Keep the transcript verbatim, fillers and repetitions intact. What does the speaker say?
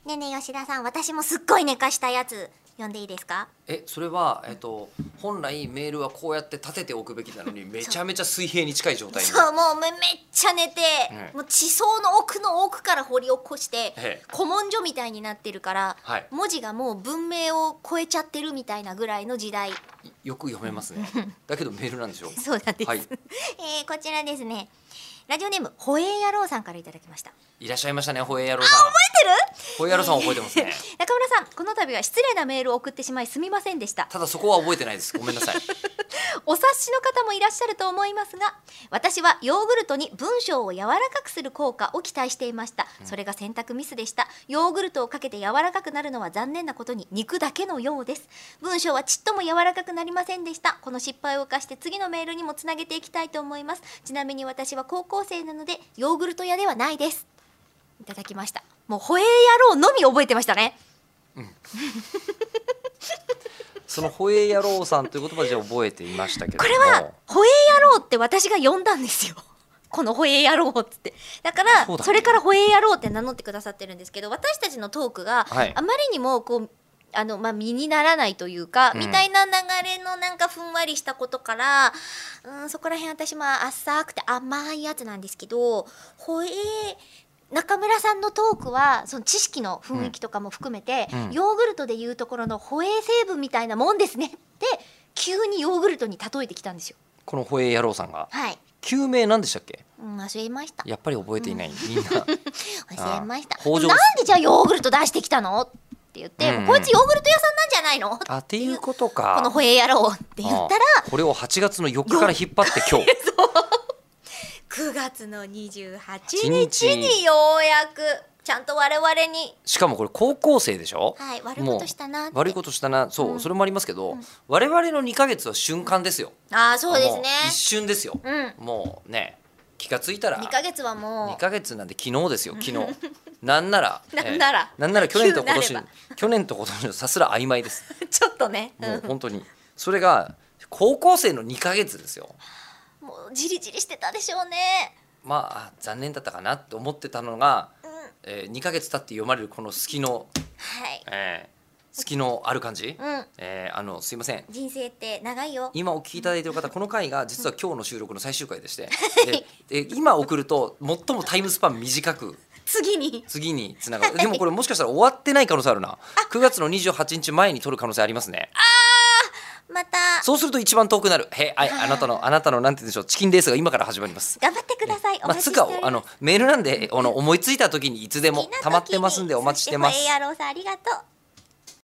ねえねえ吉田さん、私もすっごい寝かしたやつ読んでいいですか？ えそれは、えっと、本来メールはこうやって立てておくべきなのにめちゃめちゃ水平に近い状態に。 そう、もうめめっちゃ寝て、 うんもう地層の奥の奥から掘り起こしてええ古文書みたいになってるから、 はい文字がもう文明を超えちゃってるみたいなぐらいの時代。 よく読めますね。だけどメールなんでしょ。 そうなんです、 はい、 えーこちらですね、ラジオネームホエー野郎さんからいただきました。 いらっしゃいましたね、ホエー野郎さん。 覚えてる？ ホエー野郎さん覚えてますね。 中村さん、この度は失礼なメールを送ってしまいすみませんでした。 ただそこは覚えてないです。ごめんなさい。 お察しの方もいらっしゃると思いますが、私はヨーグルトに文章を柔らかくする効果を期待していました。それが選択ミスでした。ヨーグルトをかけて柔らかくなるのは残念なことに肉だけのようです。文章はちっとも柔らかくなりませんでした。この失敗を生かして次のメールにもつなげていきたいと思います。ちなみに私は高校生なのでヨーグルト屋ではないです。いただきました。もうホエー野郎のみ覚えてましたね。 そのホエー野郎さんという言葉じゃ覚えていましたけれども、 これはホエー野郎って私が呼んだんですよ。このホエー野郎っつって、だからそ,、 そうだねれからホエー野郎って名乗ってくださってるんですけど、私たちのトークがはいあまりにもこうあの、まあ、身にならないというか、 うんみたいな流れのなんかふんわりしたことから、うん、そこら辺私も浅くて甘いやつなんですけど、ホエー中村さんのトークはその知識の雰囲気とかも含めて、 うんうんヨーグルトでいうところのホエー成分みたいなもんですねって急にヨーグルトに例えてきたんですよ。 このホエー野郎さんがはい、 旧名なんでしたっけ？ うん、忘れました。 やっぱり覚えていない、みんな。 忘れました。 あ北条なんでじゃあヨーグルト出してきたのって言って、 うんうんもうこいつヨーグルト屋さんなんじゃないの？ あっていうことか。 このホエー野郎って言ったら、 あこれをはちがつのよっかから引っ張って今日くがつのにじゅうはちにちにようやくちゃんと我々に、 しかもこれ高校生でしょ。 はい、悪いことしたなって。 もう悪いことしたな、そう、 うんそれもありますけど、我々のにかげつは瞬間ですよ。 ああ、そうですねもう一瞬ですよ、 うん、 もうね、気がついたらにかげつはもうにかげつなんで昨日ですよ、昨日。なんならなんならえーなんなら去年と今年急なれ去年と今年のさすら曖昧です。 ちょっとね、 もう本当にそれが高校生のにかげつですよ。 もうじりじりしてたでしょうね。 まあ残念だったかなって思ってたのが、 うん、はえー、にかげつ経って読まれるこの隙の、 い、 えー、隙のある感じ、 うん、 えーあのすいません、 人生って長いよ。 今お聞きいただいている方、この回が実は今日の収録の最終回でして、でで今送ると最もタイムスパン短く次に次につながる。でもこれもしかしたら終わってない可能性あるな。くがつのにじゅうはちにちまえに撮る可能性ありますね。 またそうすると一番遠くなる。へはい、あなたのあなたのなんて言うんでしょう、チキンレースが今から始まります。 頑張ってください。おまあ、 待つうかちしております。 あのメールなんであの思いついた時にいつでも溜まってますんでお待ちしてますそしてホエー野郎さんありがとう。